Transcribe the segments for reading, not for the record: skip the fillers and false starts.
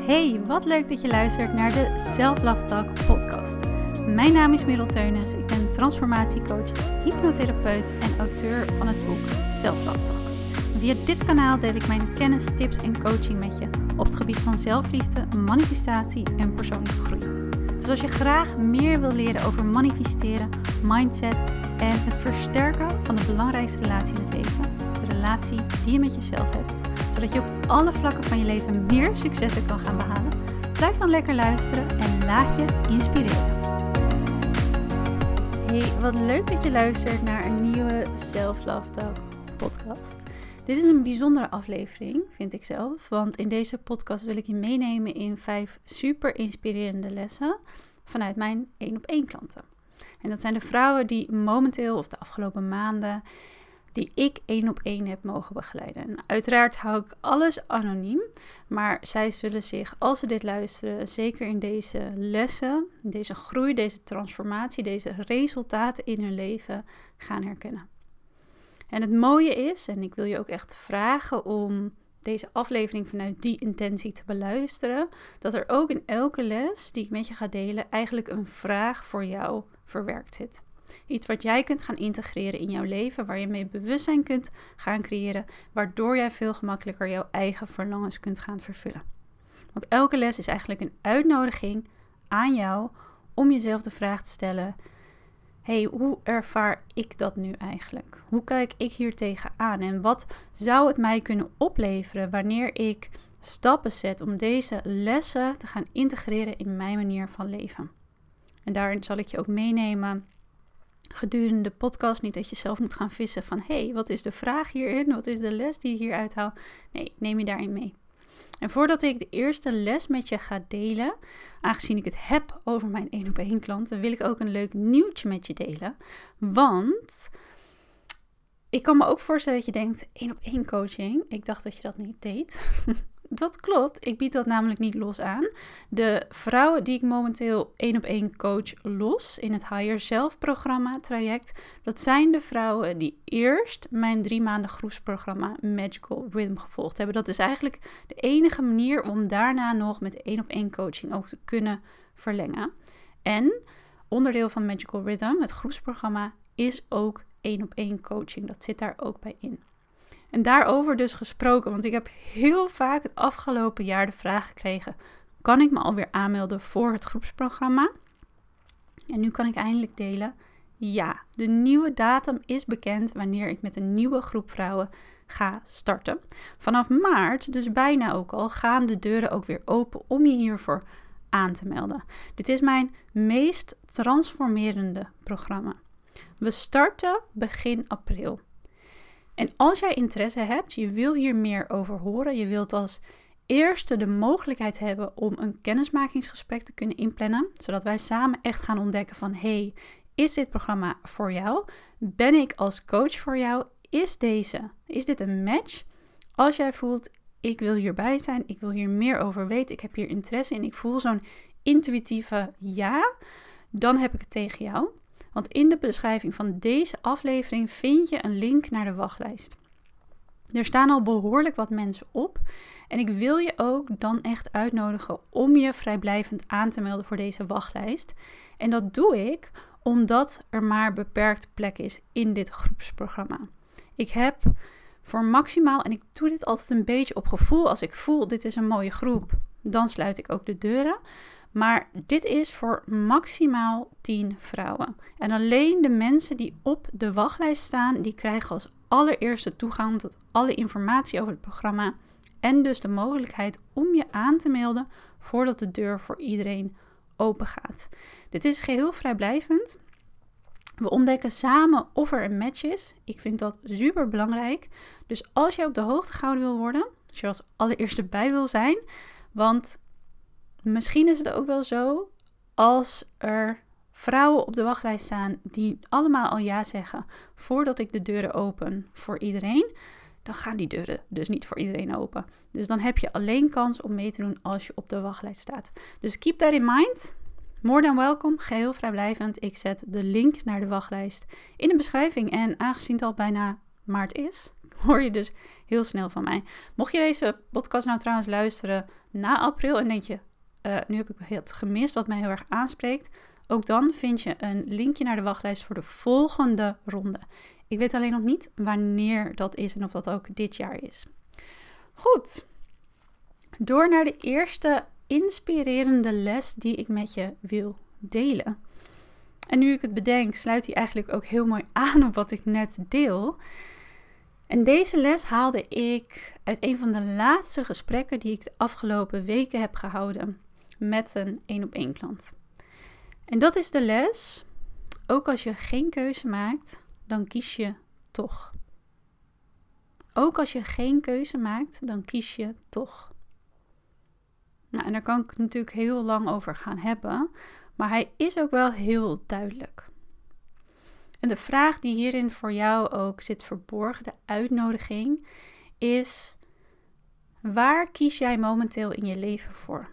Hey, wat leuk dat je luistert naar de Self Love Talk podcast. Mijn naam is Merel Teunis, ik ben transformatiecoach, hypnotherapeut en auteur van het boek Self Love Talk. Via dit kanaal deel ik mijn kennis, tips en coaching met je op het gebied van zelfliefde, manifestatie en persoonlijke groei. Dus als je graag meer wil leren over manifesteren, mindset en het versterken van de belangrijkste relatie in het leven, de relatie die je met jezelf hebt, zodat je op alle vlakken van je leven meer successen kan gaan behalen, blijf dan lekker luisteren en laat je inspireren. Hey, wat leuk dat je luistert naar een nieuwe Self Love Talk podcast. Dit is een bijzondere aflevering, vind ik zelf, want in deze podcast wil ik je meenemen in 5 super inspirerende lessen vanuit mijn 1-op-1 klanten. En dat zijn de vrouwen die momenteel of de afgelopen maanden die ik 1-op-1 heb mogen begeleiden. En uiteraard hou ik alles anoniem, maar zij zullen zich, als ze dit luisteren, zeker in deze lessen, deze groei, deze transformatie, deze resultaten in hun leven gaan herkennen. En het mooie is, en ik wil je ook echt vragen om deze aflevering vanuit die intentie te beluisteren, dat er ook in elke les die ik met je ga delen eigenlijk een vraag voor jou verwerkt zit. Iets wat jij kunt gaan integreren in jouw leven, waar je mee bewustzijn kunt gaan creëren, waardoor jij veel gemakkelijker jouw eigen verlangens kunt gaan vervullen. Want elke les is eigenlijk een uitnodiging aan jou om jezelf de vraag te stellen: hey, hoe ervaar ik dat nu eigenlijk? Hoe kijk ik hier tegenaan? En wat zou het mij kunnen opleveren wanneer ik stappen zet om deze lessen te gaan integreren in mijn manier van leven? En daarin zal ik je ook meenemen gedurende de podcast. Niet dat je zelf moet gaan vissen van hey, wat is de vraag hierin? Wat is de les die ik hier uithaal? Nee, neem je daarin mee. En voordat ik de eerste les met je ga delen, aangezien ik het heb over mijn 1-op-1 klanten, wil ik ook een leuk nieuwtje met je delen. Want ik kan me ook voorstellen dat je denkt, 1-op-1 coaching, ik dacht dat je dat niet deed. Dat klopt, ik bied dat namelijk niet los aan. De vrouwen die ik momenteel 1-op-1 coach los in het Higher Self programma traject, dat zijn de vrouwen die eerst mijn 3 maanden groepsprogramma Magical Rhythm gevolgd hebben. Dat is eigenlijk de enige manier om daarna nog met 1-op-1 coaching ook te kunnen verlengen. En onderdeel van Magical Rhythm, het groepsprogramma, is ook 1-op-1 coaching. Dat zit daar ook bij in. En daarover dus gesproken, want ik heb heel vaak het afgelopen jaar de vraag gekregen: kan ik me alweer aanmelden voor het groepsprogramma? En nu kan ik eindelijk delen: ja, de nieuwe datum is bekend wanneer ik met een nieuwe groep vrouwen ga starten. Vanaf maart, dus bijna ook al, gaan de deuren ook weer open om je hiervoor aan te melden. Dit is mijn meest transformerende programma. We starten begin april. En als jij interesse hebt, je wil hier meer over horen, je wilt als eerste de mogelijkheid hebben om een kennismakingsgesprek te kunnen inplannen, zodat wij samen echt gaan ontdekken van hey, is dit programma voor jou? Ben ik als coach voor jou? Is dit een match? Als jij voelt, ik wil hierbij zijn, ik wil hier meer over weten, ik heb hier interesse in, ik voel zo'n intuïtieve ja, dan heb ik het tegen jou. Want in de beschrijving van deze aflevering vind je een link naar de wachtlijst. Er staan al behoorlijk wat mensen op. En ik wil je ook dan echt uitnodigen om je vrijblijvend aan te melden voor deze wachtlijst. En dat doe ik omdat er maar beperkt plek is in dit groepsprogramma. Ik heb voor maximaal, en ik doe dit altijd een beetje op gevoel. Als ik voel dit is een mooie groep, dan sluit ik ook de deuren. Maar dit is voor maximaal 10 vrouwen. En alleen de mensen die op de wachtlijst staan, die krijgen als allereerste toegang tot alle informatie over het programma. En dus de mogelijkheid om je aan te melden voordat de deur voor iedereen open gaat. Dit is geheel vrijblijvend. We ontdekken samen of er een match is. Ik vind dat super belangrijk. Dus als jij op de hoogte gehouden wil worden, als je als allereerste bij wil zijn, want misschien is het ook wel zo, als er vrouwen op de wachtlijst staan die allemaal al ja zeggen voordat ik de deuren open voor iedereen, dan gaan die deuren dus niet voor iedereen open. Dus dan heb je alleen kans om mee te doen als je op de wachtlijst staat. Dus keep that in mind. More than welcome, geheel vrijblijvend. Ik zet de link naar de wachtlijst in de beschrijving. En aangezien het al bijna maart is, hoor je dus heel snel van mij. Mocht je deze podcast nou trouwens luisteren na april en denk je, nu heb ik het gemist wat mij heel erg aanspreekt. Ook dan vind je een linkje naar de wachtlijst voor de volgende ronde. Ik weet alleen nog niet wanneer dat is en of dat ook dit jaar is. Goed, door naar de eerste inspirerende les die ik met je wil delen. En nu ik het bedenk, sluit die eigenlijk ook heel mooi aan op wat ik net deel. En deze les haalde ik uit een van de laatste gesprekken die ik de afgelopen weken heb gehouden met een 1-op-1 klant. En dat is de les, ook als je geen keuze maakt, dan kies je toch. Ook als je geen keuze maakt, dan kies je toch. Nou, en daar kan ik het natuurlijk heel lang over gaan hebben, maar hij is ook wel heel duidelijk. En de vraag die hierin voor jou ook zit verborgen, de uitnodiging, is: waar kies jij momenteel in je leven voor?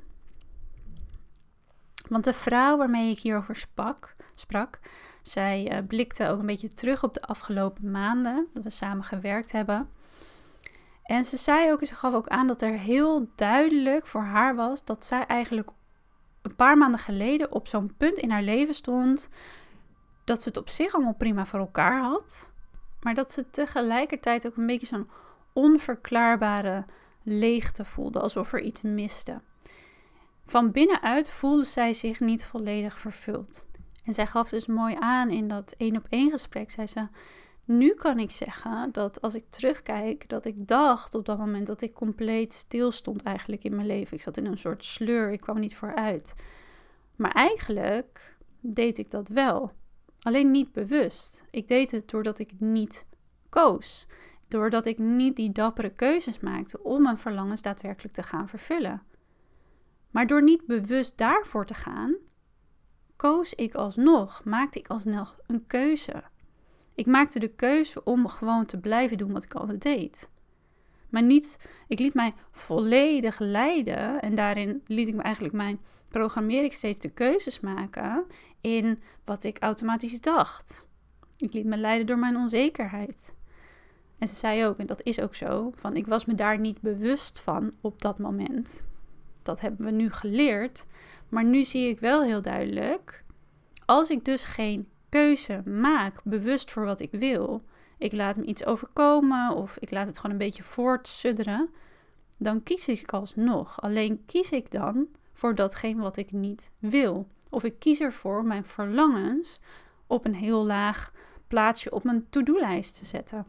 Want de vrouw waarmee ik hierover sprak, zij blikte ook een beetje terug op de afgelopen maanden dat we samen gewerkt hebben. En ze gaf ook aan dat er heel duidelijk voor haar was dat zij eigenlijk een paar maanden geleden op zo'n punt in haar leven stond dat ze het op zich allemaal prima voor elkaar had, maar dat ze tegelijkertijd ook een beetje zo'n onverklaarbare leegte voelde, alsof er iets miste. Van binnenuit voelde zij zich niet volledig vervuld. En zij gaf dus mooi aan in dat 1-op-1 gesprek, zei ze: nu kan ik zeggen dat als ik terugkijk, dat ik dacht op dat moment dat ik compleet stil stond eigenlijk in mijn leven. Ik zat in een soort sleur, ik kwam niet vooruit. Maar eigenlijk deed ik dat wel. Alleen niet bewust. Ik deed het doordat ik niet koos. Doordat ik niet die dappere keuzes maakte om mijn verlangens daadwerkelijk te gaan vervullen. Maar door niet bewust daarvoor te gaan, koos ik alsnog, maakte ik alsnog een keuze. Ik maakte de keuze om gewoon te blijven doen wat ik altijd deed. Maar ik liet mij volledig leiden en daarin liet ik me eigenlijk programmeer ik steeds de keuzes maken in wat ik automatisch dacht. Ik liet me leiden door mijn onzekerheid. En ze zei ook, en dat is ook zo, van ik was me daar niet bewust van op dat moment. Dat hebben we nu geleerd, maar nu zie ik wel heel duidelijk, als ik dus geen keuze maak, bewust voor wat ik wil, ik laat me iets overkomen of ik laat het gewoon een beetje voortsudderen, dan kies ik alsnog. Alleen kies ik dan voor datgene wat ik niet wil. Of ik kies ervoor mijn verlangens op een heel laag plaatsje op mijn to-do-lijst te zetten.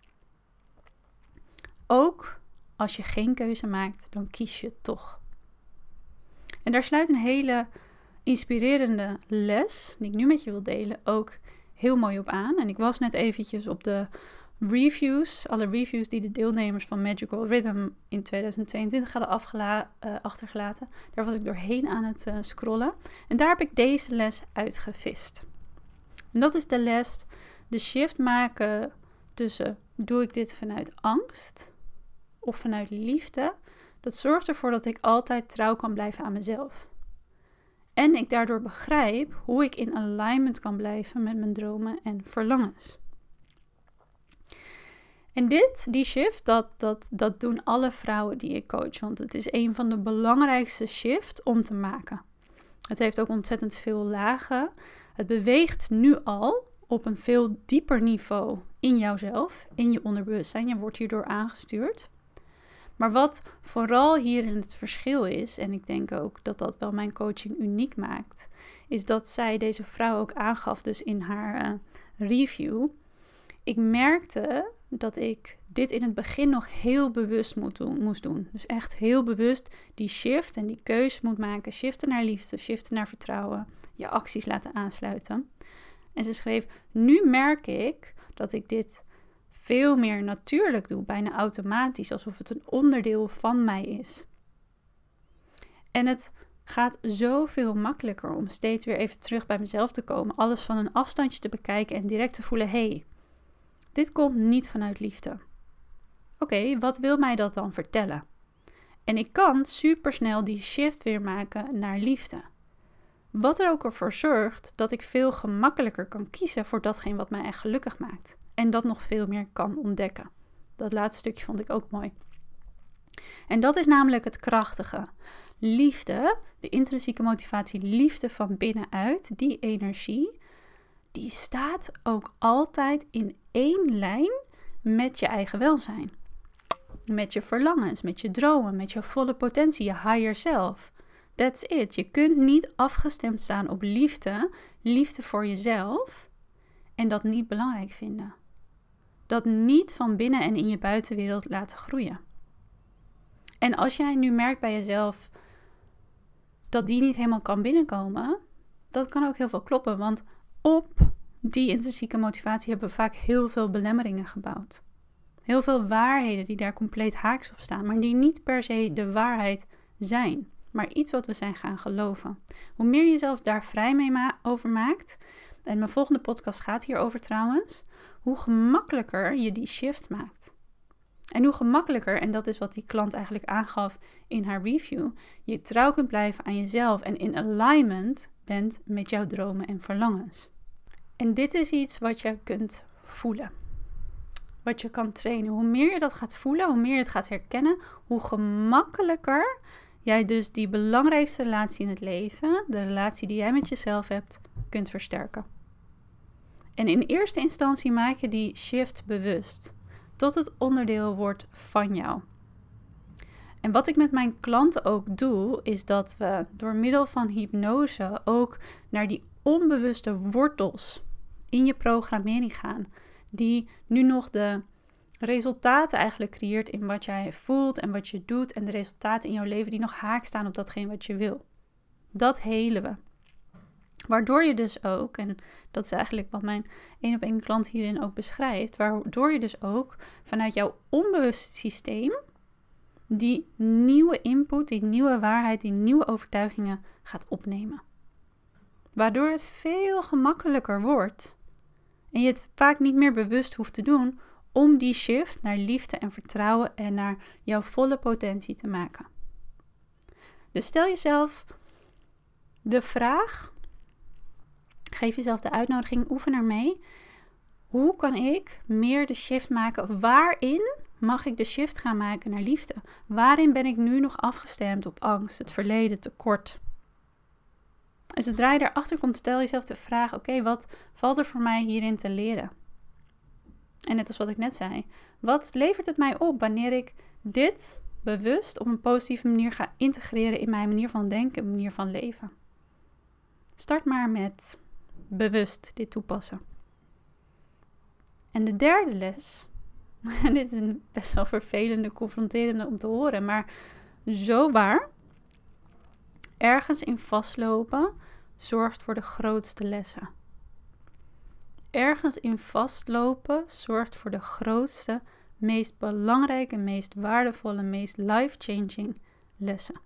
Ook als je geen keuze maakt, dan kies je toch. En daar sluit een hele inspirerende les, die ik nu met je wil delen, ook heel mooi op aan. En ik was net eventjes op de reviews, alle reviews die de deelnemers van Magical Rhythm in 2022 hadden achtergelaten. Daar was ik doorheen aan het scrollen. En daar heb ik deze les uitgevist. En dat is de les, de shift maken tussen doe ik dit vanuit angst of vanuit liefde. Dat zorgt ervoor dat ik altijd trouw kan blijven aan mezelf. En ik daardoor begrijp hoe ik in alignment kan blijven met mijn dromen en verlangens. En die shift, dat doen alle vrouwen die ik coach. Want het is een van de belangrijkste shifts om te maken. Het heeft ook ontzettend veel lagen. Het beweegt nu al op een veel dieper niveau in jouzelf, in je onderbewustzijn. Je wordt hierdoor aangestuurd. Maar wat vooral hierin het verschil is, en ik denk ook dat dat wel mijn coaching uniek maakt, is dat deze vrouw ook aangaf dus in haar review. Ik merkte dat ik dit in het begin nog heel bewust moest doen. Dus echt heel bewust die shift en die keuze moet maken. Shiften naar liefde, shiften naar vertrouwen. Je acties laten aansluiten. En ze schreef, nu merk ik dat ik dit veel meer natuurlijk doe, bijna automatisch, alsof het een onderdeel van mij is. En het gaat zoveel makkelijker om steeds weer even terug bij mezelf te komen, alles van een afstandje te bekijken en direct te voelen, hey, dit komt niet vanuit liefde. Oké, wat wil mij dat dan vertellen? En ik kan supersnel die shift weer maken naar liefde. Wat er ook ervoor zorgt dat ik veel gemakkelijker kan kiezen voor datgene wat mij echt gelukkig maakt. En dat nog veel meer kan ontdekken. Dat laatste stukje vond ik ook mooi. En dat is namelijk het krachtige. Liefde, de intrinsieke motivatie, liefde van binnenuit, die energie, die staat ook altijd in één lijn met je eigen welzijn. Met je verlangens, met je dromen, met je volle potentie, je higher self. That's it. Je kunt niet afgestemd staan op liefde voor jezelf en dat niet belangrijk vinden. Dat niet van binnen en in je buitenwereld laten groeien. En als jij nu merkt bij jezelf dat die niet helemaal kan binnenkomen, dat kan ook heel veel kloppen, want op die intrinsieke motivatie hebben we vaak heel veel belemmeringen gebouwd. Heel veel waarheden die daar compleet haaks op staan, maar die niet per se de waarheid zijn, maar iets wat we zijn gaan geloven. Hoe meer je jezelf daar vrij mee over maakt, en mijn volgende podcast gaat hierover trouwens, hoe gemakkelijker je die shift maakt. En hoe gemakkelijker, en dat is wat die klant eigenlijk aangaf in haar review, je trouw kunt blijven aan jezelf en in alignment bent met jouw dromen en verlangens. En dit is iets wat je kunt voelen. Wat je kan trainen. Hoe meer je dat gaat voelen, hoe meer je het gaat herkennen, hoe gemakkelijker jij dus die belangrijkste relatie in het leven, de relatie die jij met jezelf hebt, kunt versterken. En in eerste instantie maak je die shift bewust, tot het onderdeel wordt van jou. En wat ik met mijn klanten ook doe, is dat we door middel van hypnose ook naar die onbewuste wortels in je programmering gaan, die nu nog de resultaten eigenlijk creëert in wat jij voelt en wat je doet en de resultaten in jouw leven die nog haak staan op datgene wat je wil. Dat helen we. Waardoor je dus ook, en dat is eigenlijk wat mijn 1-op-1 klant hierin ook beschrijft, waardoor je dus ook vanuit jouw onbewuste systeem die nieuwe input, die nieuwe waarheid, die nieuwe overtuigingen gaat opnemen. Waardoor het veel gemakkelijker wordt en je het vaak niet meer bewust hoeft te doen om die shift naar liefde en vertrouwen en naar jouw volle potentie te maken. Dus stel jezelf de vraag, geef jezelf de uitnodiging, oefen ermee. Hoe kan ik meer de shift maken? Waarin mag ik de shift gaan maken naar liefde? Waarin ben ik nu nog afgestemd op angst, het verleden, tekort? En zodra je daarachter komt, stel jezelf de vraag, oké, wat valt er voor mij hierin te leren? En net als wat ik net zei, wat levert het mij op wanneer ik dit bewust op een positieve manier ga integreren in mijn manier van denken, manier van leven? Start maar met bewust dit toepassen. En de derde les, en dit is een best wel vervelende, confronterende om te horen, maar zo waar. Ergens in vastlopen zorgt voor de grootste lessen. Ergens in vastlopen zorgt voor de grootste, meest belangrijke, meest waardevolle, meest life-changing lessen.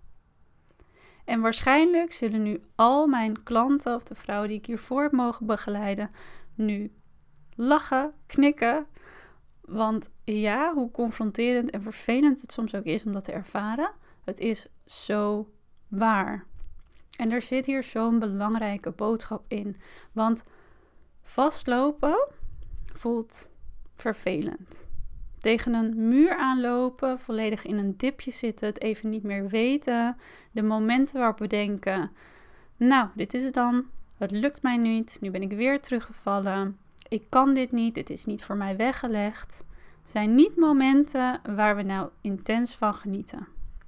En waarschijnlijk zullen nu al mijn klanten of de vrouwen die ik hiervoor heb mogen begeleiden, nu lachen, knikken. Want ja, hoe confronterend en vervelend het soms ook is om dat te ervaren, het is zo waar. En er zit hier zo'n belangrijke boodschap in. Want vastlopen voelt vervelend. Tegen een muur aanlopen, volledig in een dipje zitten, het even niet meer weten. De momenten waarop we denken, nou, dit is het dan. Het lukt mij niet, nu ben ik weer teruggevallen. Ik kan dit niet, het is niet voor mij weggelegd. Zijn niet momenten waar we nou intens van genieten.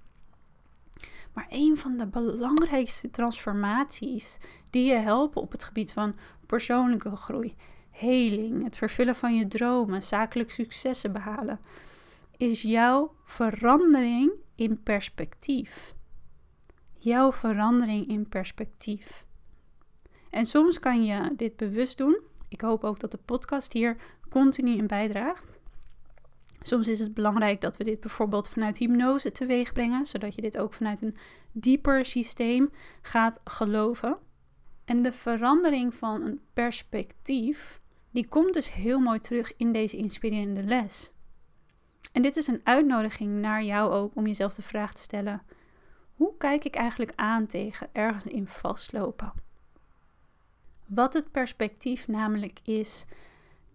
Maar een van de belangrijkste transformaties die je helpen op het gebied van persoonlijke groei, heling, het vervullen van je dromen, zakelijk successen behalen, is jouw verandering in perspectief. Jouw verandering in perspectief. En soms kan je dit bewust doen. Ik hoop ook dat de podcast hier continu in bijdraagt. Soms is het belangrijk dat we dit bijvoorbeeld vanuit hypnose teweeg brengen, zodat je dit ook vanuit een dieper systeem gaat geloven. En de verandering van een perspectief, die komt dus heel mooi terug in deze inspirerende les. En dit is een uitnodiging naar jou ook om jezelf de vraag te stellen, hoe kijk ik eigenlijk aan tegen ergens in vastlopen? Wat het perspectief namelijk is,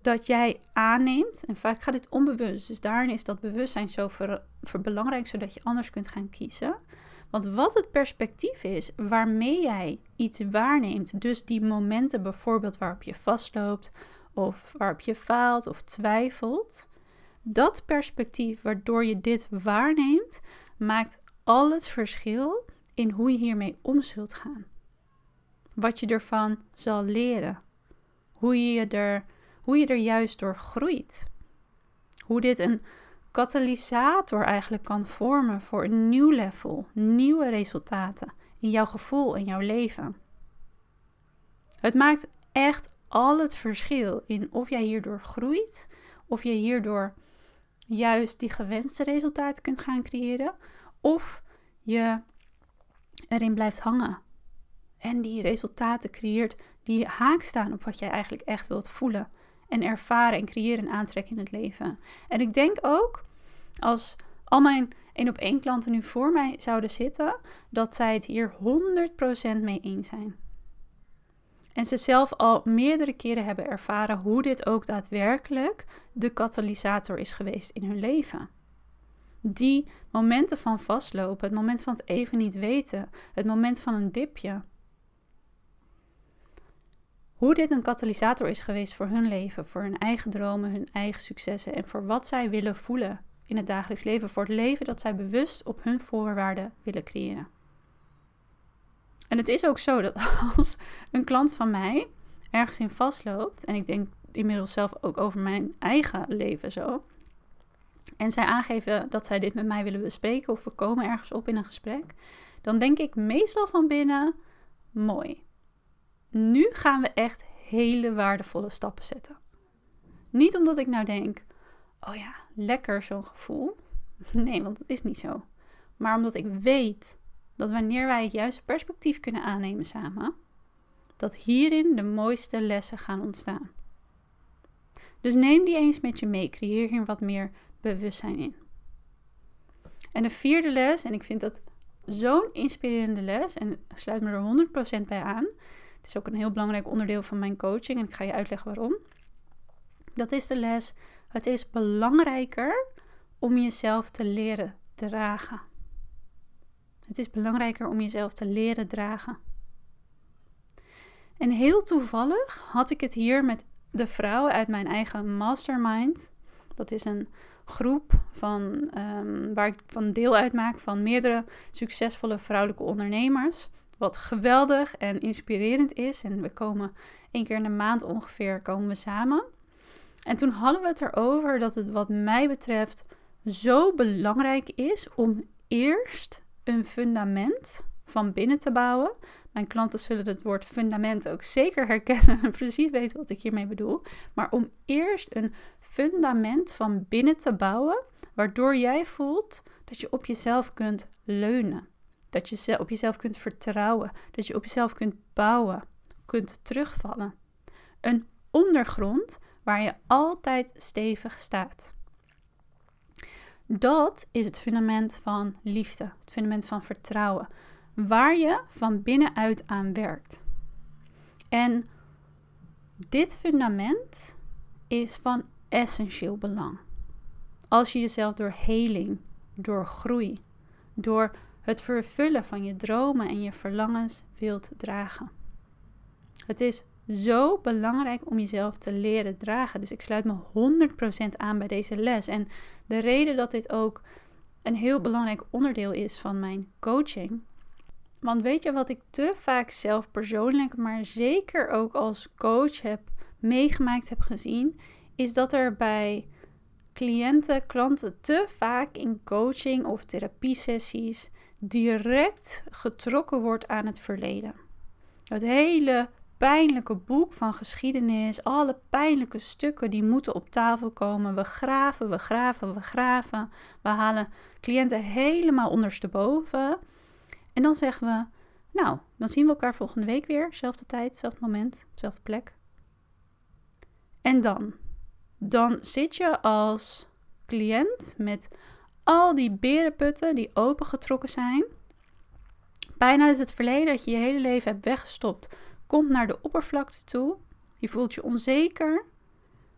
dat jij aanneemt, en vaak gaat dit onbewust, dus daarin is dat bewustzijn zo belangrijk, zodat je anders kunt gaan kiezen. Want wat het perspectief is waarmee jij iets waarneemt, dus die momenten bijvoorbeeld waarop je vastloopt, of waarop je faalt of twijfelt, dat perspectief waardoor je dit waarneemt, maakt al het verschil in hoe je hiermee om zult gaan. Wat je ervan zal leren. Hoe je er juist door groeit. Hoe dit een katalysator eigenlijk kan vormen voor een nieuw level, nieuwe resultaten in jouw gevoel en jouw leven. Het maakt echt al het verschil in of jij hierdoor groeit, of je hierdoor juist die gewenste resultaten kunt gaan creëren, of je erin blijft hangen en die resultaten creëert die haak staan op wat jij eigenlijk echt wilt voelen en ervaren en creëren en aantrekken in het leven. En ik denk ook, als al mijn 1-op-1 klanten nu voor mij zouden zitten, dat zij het hier 100% mee eens zijn. En ze zelf al meerdere keren hebben ervaren hoe dit ook daadwerkelijk de katalysator is geweest in hun leven. Die momenten van vastlopen, het moment van het even niet weten, het moment van een dipje. Hoe dit een katalysator is geweest voor hun leven, voor hun eigen dromen, hun eigen successen en voor wat zij willen voelen in het dagelijks leven, voor het leven dat zij bewust op hun voorwaarden willen creëren. En het is ook zo dat als een klant van mij ergens in vastloopt, en ik denk inmiddels zelf ook over mijn eigen leven zo, en zij aangeven dat zij dit met mij willen bespreken of we komen ergens op in een gesprek, dan denk ik meestal van binnen, mooi. Nu gaan we echt hele waardevolle stappen zetten. Niet omdat ik nou denk, oh ja, lekker zo'n gevoel. Nee, want dat is niet zo. Maar omdat ik weet dat wanneer wij het juiste perspectief kunnen aannemen samen, dat hierin de mooiste lessen gaan ontstaan. Dus neem die eens met je mee. Creëer hier wat meer bewustzijn in. En de 4e les, en ik vind dat zo'n inspirerende les, en ik sluit me er 100% bij aan. Het is ook een heel belangrijk onderdeel van mijn coaching en ik ga je uitleggen waarom. Dat is de les, het is belangrijker om jezelf te leren dragen. Het is belangrijker om jezelf te leren dragen. En heel toevallig had ik het hier met de vrouwen uit mijn eigen mastermind. Dat is een groep waar ik van deel uitmaak van meerdere succesvolle vrouwelijke ondernemers. Wat geweldig en inspirerend is. En we komen 1 keer in de maand ongeveer komen we samen. En toen hadden we het erover dat het wat mij betreft zo belangrijk is om eerst een fundament van binnen te bouwen. Mijn klanten zullen het woord fundament ook zeker herkennen en precies weten wat ik hiermee bedoel. Maar om eerst een fundament van binnen te bouwen, waardoor jij voelt dat je op jezelf kunt leunen. Dat je op jezelf kunt vertrouwen. Dat je op jezelf kunt bouwen. Kunt terugvallen. Een ondergrond waar je altijd stevig staat. Dat is het fundament van liefde. Het fundament van vertrouwen. Waar je van binnenuit aan werkt. En dit fundament is van essentieel belang. Als je jezelf door heling, door groei, door het vervullen van je dromen en je verlangens wilt dragen. Het is zo belangrijk om jezelf te leren dragen. Dus ik sluit me 100% aan bij deze les. En de reden dat dit ook een heel belangrijk onderdeel is van mijn coaching. Want weet je wat ik te vaak zelf persoonlijk, maar zeker ook als coach heb meegemaakt, heb gezien, is dat er bij cliënten, klanten te vaak in coaching of therapiesessies direct getrokken wordt aan het verleden. Het hele pijnlijke boek van geschiedenis, alle pijnlijke stukken die moeten op tafel komen. We graven. We halen cliënten helemaal ondersteboven. En dan zeggen we, nou, dan zien we elkaar volgende week weer. Zelfde tijd, zelfde moment, zelfde plek. En dan zit je als cliënt met al die berenputten die opengetrokken zijn. Bijna uit het verleden dat je je hele leven hebt weggestopt, komt naar de oppervlakte toe. Je voelt je onzeker.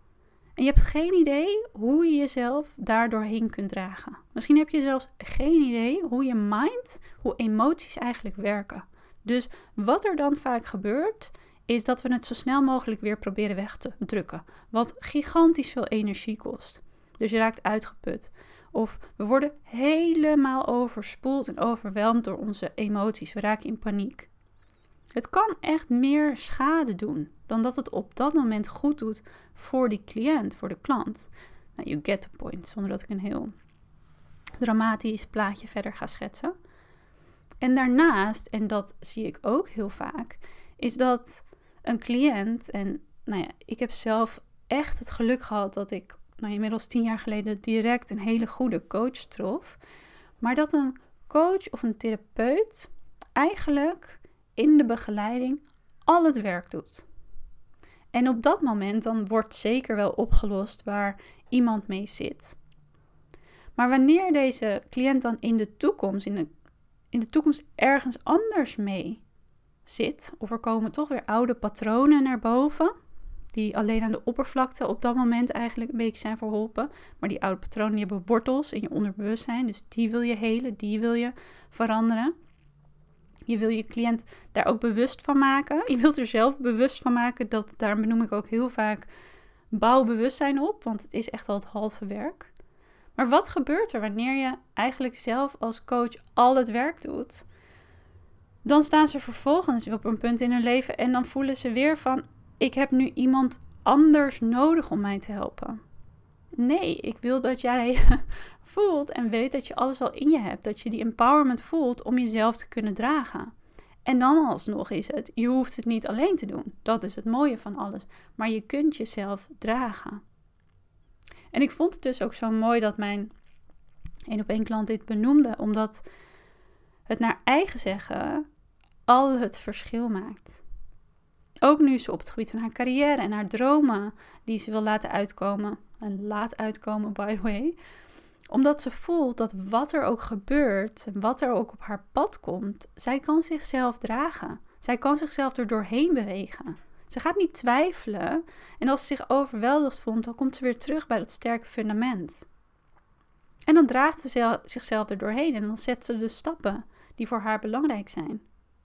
En je hebt geen idee hoe je jezelf daardoorheen kunt dragen. Misschien heb je zelfs geen idee hoe je mind, hoe emoties eigenlijk werken. Dus wat er dan vaak gebeurt, is dat we het zo snel mogelijk weer proberen weg te drukken. Wat gigantisch veel energie kost. Dus je raakt uitgeput. Of we worden helemaal overspoeld en overweldigd door onze emoties. We raken in paniek. Het kan echt meer schade doen dan dat het op dat moment goed doet voor die cliënt, voor de klant. Nou, you get the point, zonder dat ik een heel dramatisch plaatje verder ga schetsen. En daarnaast, en dat zie ik ook heel vaak, is dat een cliënt, en ik heb zelf echt het geluk gehad dat ik inmiddels 10 jaar geleden direct een hele goede coach trof, maar dat een coach of een therapeut eigenlijk in de begeleiding al het werk doet. En op dat moment dan wordt zeker wel opgelost waar iemand mee zit. Maar wanneer deze cliënt dan in de toekomst ergens anders mee zit, of er komen toch weer oude patronen naar boven, die alleen aan de oppervlakte op dat moment eigenlijk een beetje zijn verholpen, maar die oude patronen die hebben wortels in je onderbewustzijn, dus die wil je helen, die wil je veranderen. Je wil je cliënt daar ook bewust van maken. Je wilt er zelf bewust van maken. Daar benoem ik ook heel vaak bouwbewustzijn op. Want het is echt al het halve werk. Maar wat gebeurt er wanneer je eigenlijk zelf als coach al het werk doet? Dan staan ze vervolgens op een punt in hun leven. En dan voelen ze weer van, ik heb nu iemand anders nodig om mij te helpen. Nee, ik wil dat jij voelt en weet dat je alles al in je hebt. Dat je die empowerment voelt om jezelf te kunnen dragen. En dan alsnog is het, je hoeft het niet alleen te doen. Dat is het mooie van alles. Maar je kunt jezelf dragen. En ik vond het dus ook zo mooi dat mijn 1-op-1 klant dit benoemde. Omdat het naar eigen zeggen al het verschil maakt. Ook nu ze op het gebied van haar carrière en haar dromen die ze wil laten uitkomen. En laat uitkomen, by the way. Omdat ze voelt dat wat er ook gebeurt, wat er ook op haar pad komt, zij kan zichzelf dragen. Zij kan zichzelf er doorheen bewegen. Ze gaat niet twijfelen. En als ze zich overweldigd voelt, dan komt ze weer terug bij dat sterke fundament. En dan draagt ze zichzelf er doorheen en dan zet ze de stappen die voor haar belangrijk zijn.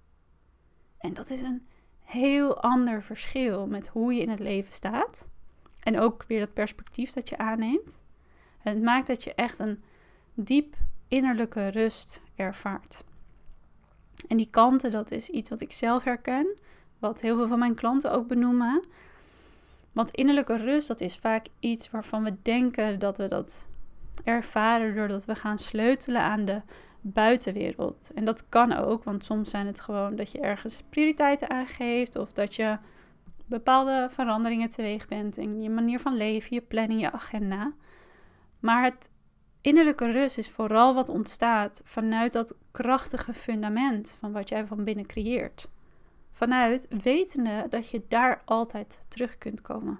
En dat is een heel ander verschil met hoe je in het leven staat. En ook weer dat perspectief dat je aanneemt. Het maakt dat je echt een diep innerlijke rust ervaart. En die kanten, dat is iets wat ik zelf herken. Wat heel veel van mijn klanten ook benoemen. Want innerlijke rust, dat is vaak iets waarvan we denken dat we dat ervaren doordat we gaan sleutelen aan de buitenwereld. En dat kan ook, want soms zijn het gewoon dat je ergens prioriteiten aangeeft of dat je bepaalde veranderingen teweeg bent in je manier van leven, je planning, je agenda. Maar het innerlijke rust is vooral wat ontstaat vanuit dat krachtige fundament van wat jij van binnen creëert. Vanuit wetende dat je daar altijd terug kunt komen.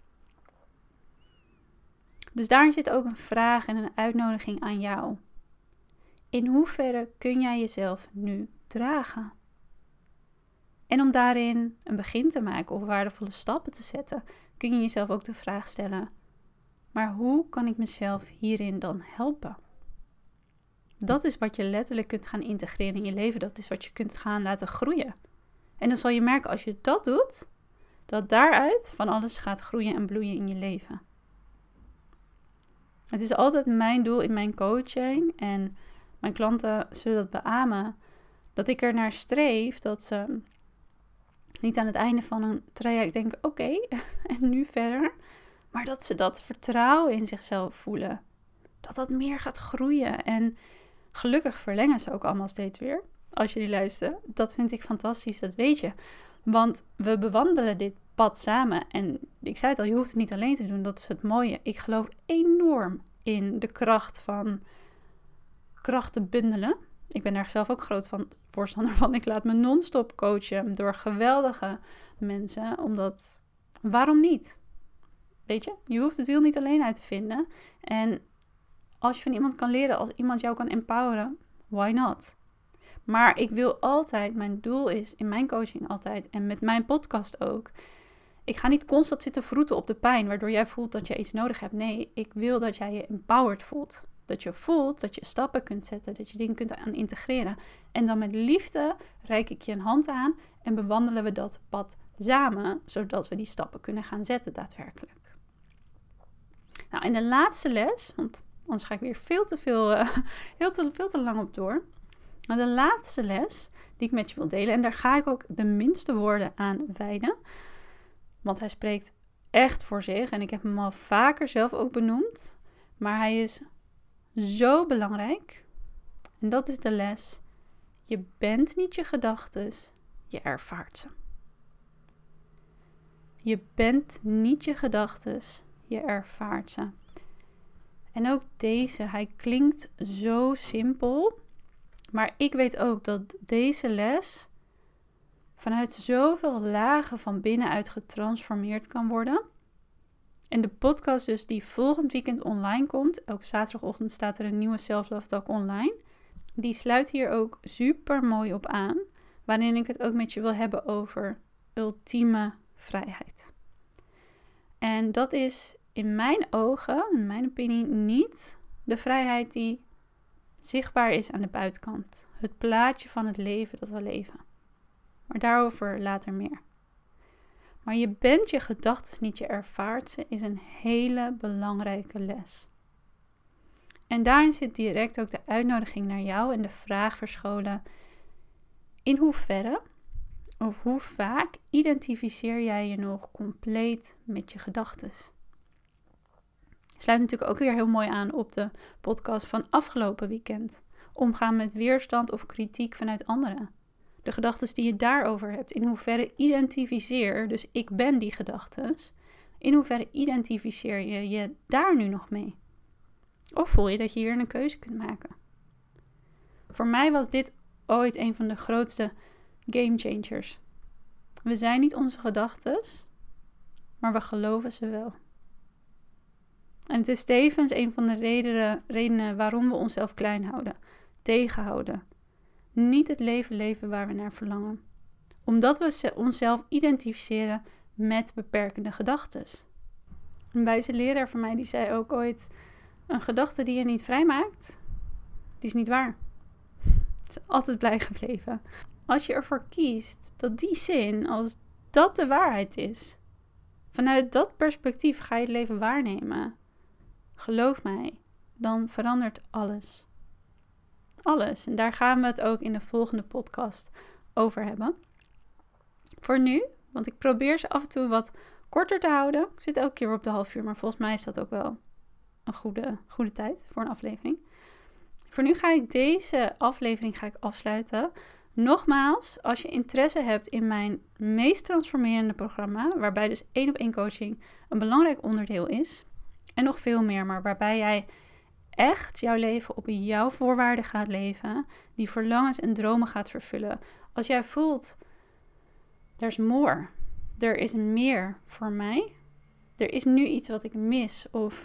Dus daarin zit ook een vraag en een uitnodiging aan jou. In hoeverre kun jij jezelf nu dragen? En om daarin een begin te maken of waardevolle stappen te zetten, kun je jezelf ook de vraag stellen: maar hoe kan ik mezelf hierin dan helpen? Dat is wat je letterlijk kunt gaan integreren in je leven. Dat is wat je kunt gaan laten groeien. En dan zal je merken als je dat doet, dat daaruit van alles gaat groeien en bloeien in je leven. Het is altijd mijn doel in mijn coaching, en mijn klanten zullen dat beamen, dat ik er naar streef dat ze niet aan het einde van een traject denken: oké, en nu verder. Maar dat ze dat vertrouwen in zichzelf voelen. Dat dat meer gaat groeien. En gelukkig verlengen ze ook allemaal steeds weer. Als jullie luisteren. Dat vind ik fantastisch, dat weet je. Want we bewandelen dit pad samen. En ik zei het al, je hoeft het niet alleen te doen. Dat is het mooie. Ik geloof enorm in de kracht van krachten bundelen. Ik ben daar zelf ook groot voorstander van. Ik laat me non-stop coachen door geweldige mensen. Omdat, waarom niet? Weet je, je hoeft het wiel niet alleen uit te vinden. En als je van iemand kan leren, als iemand jou kan empoweren, why not? Maar ik wil altijd, mijn doel is in mijn coaching altijd, en met mijn podcast ook, Ik ga niet constant zitten vroeten op de pijn, waardoor jij voelt dat je iets nodig hebt. Nee, ik wil dat jij je empowered voelt. Dat je voelt dat je stappen kunt zetten, dat je dingen kunt aan integreren. En dan met liefde reik ik je een hand aan en bewandelen we dat pad samen, zodat we die stappen kunnen gaan zetten daadwerkelijk. Nou, en de laatste les, want anders ga ik weer veel te lang op door. Maar de laatste les die ik met je wil delen, en daar ga ik ook de minste woorden aan wijden, want hij spreekt echt voor zich en ik heb hem al vaker zelf ook benoemd, maar hij is zo belangrijk. En dat is de les: je bent niet je gedachtes, je ervaart ze. Je bent niet je gedachtes, je ervaart ze. En ook deze, hij klinkt zo simpel, maar ik weet ook dat deze les vanuit zoveel lagen van binnenuit getransformeerd kan worden. En de podcast dus die volgend weekend online komt, elke zaterdagochtend staat er een nieuwe Self-Love Talk online. Die sluit hier ook super mooi op aan, waarin ik het ook met je wil hebben over ultieme vrijheid. En dat is in mijn ogen, in mijn opinie, niet de vrijheid die zichtbaar is aan de buitenkant. Het plaatje van het leven dat we leven. Maar daarover later meer. Maar je bent je gedachten niet, je ervaart ze, is een hele belangrijke les. En daarin zit direct ook de uitnodiging naar jou en de vraag verscholen: in hoeverre of hoe vaak identificeer jij je nog compleet met je gedachten? Sluit natuurlijk ook weer heel mooi aan op de podcast van afgelopen weekend. Omgaan met weerstand of kritiek vanuit anderen. De gedachten die je daarover hebt. In hoeverre identificeer, dus ik ben die gedachten. In hoeverre identificeer je je daar nu nog mee? Of voel je dat je hier een keuze kunt maken? Voor mij was dit ooit een van de grootste game changers. We zijn niet onze gedachten, maar we geloven ze wel. En het is tevens een van de redenen waarom we onszelf klein houden, tegenhouden. Niet het leven waar we naar verlangen. Omdat we onszelf identificeren met beperkende gedachten. Een wijze leraar van mij die zei ook ooit: een gedachte die je niet vrijmaakt, die is niet waar. Het is altijd blij gebleven. Als je ervoor kiest dat die zin, als dat de waarheid is, vanuit dat perspectief ga je het leven waarnemen. Geloof mij, dan verandert alles. Alles. En daar gaan we het ook in de volgende podcast over hebben. Voor nu, want ik probeer ze af en toe wat korter te houden. Ik zit elke keer op de half uur, maar volgens mij is dat ook wel een goede tijd voor een aflevering. Voor nu ga ik deze aflevering afsluiten. Nogmaals, als je interesse hebt in mijn meest transformerende programma, waarbij dus 1-op-1 coaching een belangrijk onderdeel is, en nog veel meer, maar waarbij jij echt jouw leven op jouw voorwaarden gaat leven, die verlangens en dromen gaat vervullen. Als jij voelt, there's more, er is meer voor mij, er is nu iets wat ik mis, of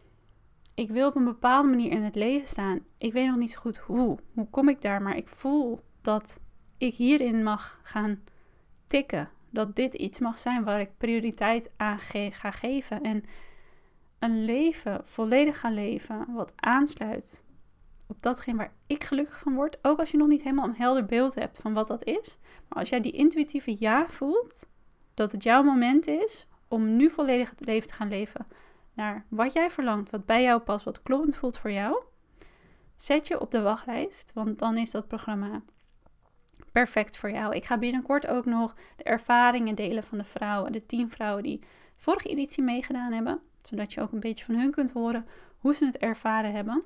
ik wil op een bepaalde manier in het leven staan. Ik weet nog niet zo goed hoe kom ik daar, maar ik voel dat ik hierin mag gaan tikken. Dat dit iets mag zijn waar ik prioriteit aan ga geven. En een leven, volledig gaan leven, wat aansluit op datgene waar ik gelukkig van word. Ook als je nog niet helemaal een helder beeld hebt van wat dat is. Maar als jij die intuïtieve ja voelt, dat het jouw moment is om nu volledig het leven te gaan leven naar wat jij verlangt, wat bij jou past, wat kloppend voelt voor jou. Zet je op de wachtlijst, want dan is dat programma perfect voor jou. Ik ga binnenkort ook nog de ervaringen delen van de vrouwen, de 10 vrouwen die vorige editie meegedaan hebben. Zodat je ook een beetje van hun kunt horen hoe ze het ervaren hebben.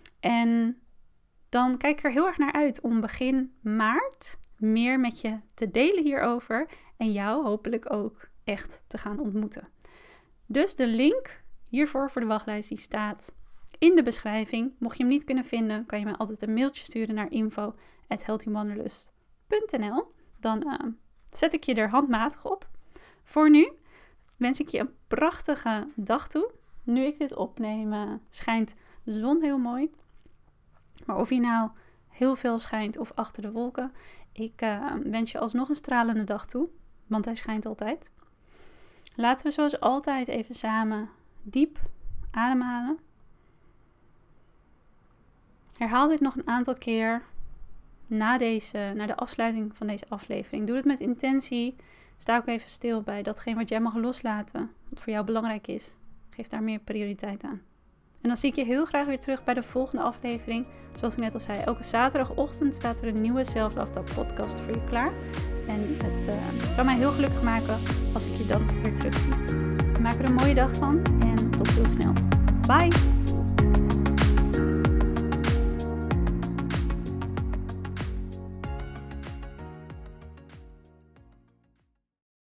En dan kijk ik er heel erg naar uit om begin maart meer met je te delen hierover. En jou hopelijk ook echt te gaan ontmoeten. Dus de link hiervoor voor de wachtlijst die staat in de beschrijving. Mocht je hem niet kunnen vinden, kan je mij altijd een mailtje sturen naar info@healthywanderlust.nl. Dan zet ik je er handmatig op. Voor nu wens ik je een prachtige dag toe. Nu ik dit opneem, schijnt de zon heel mooi. Maar of hij nou heel veel schijnt of achter de wolken, ik wens je alsnog een stralende dag toe. Want hij schijnt altijd. Laten we zoals altijd even samen diep ademhalen. Herhaal dit nog een aantal keer na de afsluiting van deze aflevering. Doe het met intentie. Sta ook even stil bij datgene wat jij mag loslaten, wat voor jou belangrijk is. Geef daar meer prioriteit aan. En dan zie ik je heel graag weer terug bij de volgende aflevering. Zoals ik net al zei, elke zaterdagochtend staat er een nieuwe Self Love Talk podcast voor je klaar. En het zou mij heel gelukkig maken als ik je dan weer terugzie. Maak er een mooie dag van en tot heel snel. Bye!